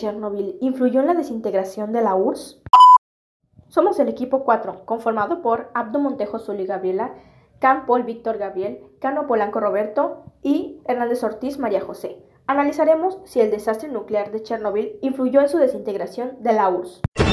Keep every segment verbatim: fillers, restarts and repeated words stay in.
Chernobyl influyó en la desintegración de la U R S S? Somos el equipo cuatro, conformado por Abdo Montejo Zuli Gabriela, Can Paul Víctor Gabriel, Cano Polanco Roberto y Hernández Ortiz María José. Analizaremos si el desastre nuclear de Chernobyl influyó en su desintegración de la U R S S.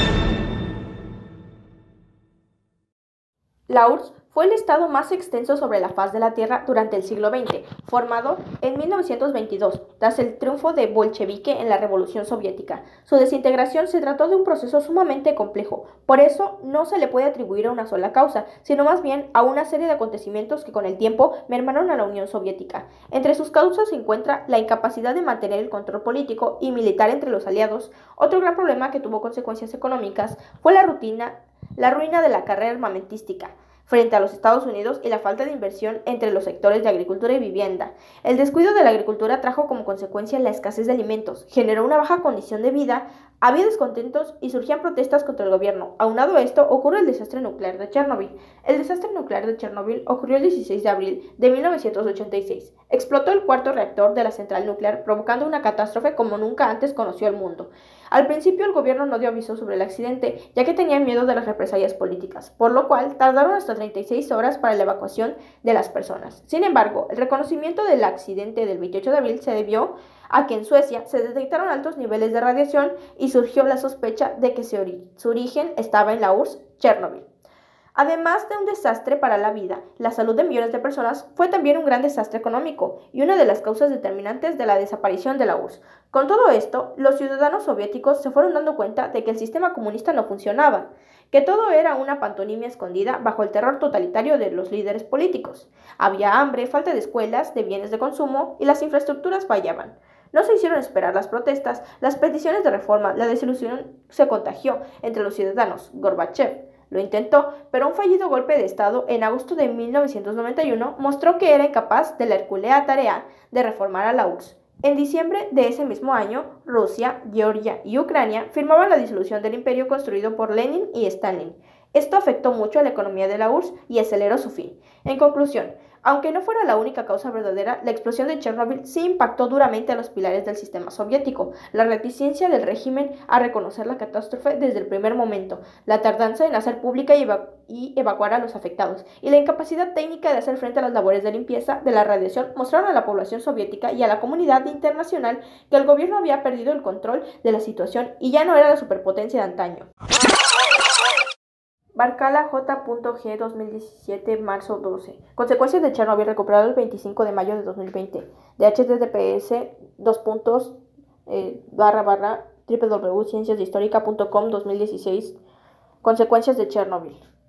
La U R S S fue el estado más extenso sobre la faz de la Tierra durante el siglo veinte, formado en mil novecientos veintidós, tras el triunfo de bolchevique en la Revolución Soviética. Su desintegración se trató de un proceso sumamente complejo, por eso no se le puede atribuir a una sola causa, sino más bien a una serie de acontecimientos que con el tiempo mermaron a la Unión Soviética. Entre sus causas se encuentra la incapacidad de mantener el control político y militar entre los aliados. Otro gran problema que tuvo consecuencias económicas fue la rutina, la ruina de la carrera armamentística frente a los Estados Unidos y la falta de inversión entre los sectores de agricultura y vivienda. El descuido de la agricultura trajo como consecuencia la escasez de alimentos, generó una baja condición de vida, había descontentos y surgían protestas contra el gobierno. Aunado a esto, ocurre el desastre nuclear de Chernobyl. El desastre nuclear de Chernobyl ocurrió el dieciséis de abril de mil novecientos ochenta y seis. Explotó el cuarto reactor de la central nuclear, provocando una catástrofe como nunca antes conoció el mundo. Al principio el gobierno no dio aviso sobre el accidente, ya que tenían miedo de las represalias políticas, por lo cual tardaron hasta treinta y seis horas para la evacuación de las personas. Sin embargo, el reconocimiento del accidente del veintiocho de abril se debió a que en Suecia se detectaron altos niveles de radiación y surgió la sospecha de que su origen estaba en la U R S S Chernobyl. Además de un desastre para la vida, la salud de millones de personas, fue también un gran desastre económico y una de las causas determinantes de la desaparición de la U R S S. Con todo esto, los ciudadanos soviéticos se fueron dando cuenta de que el sistema comunista no funcionaba, que todo era una pantomima escondida bajo el terror totalitario de los líderes políticos. Había hambre, falta de escuelas, de bienes de consumo y las infraestructuras fallaban. No se hicieron esperar las protestas, las peticiones de reforma, la desilusión se contagió entre los ciudadanos. Gorbachev lo intentó, pero un fallido golpe de Estado en agosto de mil novecientos noventa y uno mostró que era incapaz de la hercúlea tarea de reformar a la U R S S. En diciembre de ese mismo año, Rusia, Georgia y Ucrania firmaban la disolución del imperio construido por Lenin y Stalin. Esto afectó mucho a la economía de la U R S S y aceleró su fin. En conclusión, aunque no fuera la única causa verdadera, la explosión de Chernobyl sí impactó duramente a los pilares del sistema soviético. La reticencia del régimen a reconocer la catástrofe desde el primer momento, la tardanza en hacer pública y, evacu y evacuar a los afectados, y la incapacidad técnica de hacer frente a las labores de limpieza de la radiación mostraron a la población soviética y a la comunidad internacional que el gobierno había perdido el control de la situación y ya no era la superpotencia de antaño. Barcala J G dos mil diecisiete, marzo doce. Consecuencias de Chernobyl, recuperado el veinticinco de mayo de dos mil veinte. De H T T P S dos puntos eh, barra barra w w w punto ciencias de histórica punto com dos mil dieciséis. Consecuencias de Chernobyl.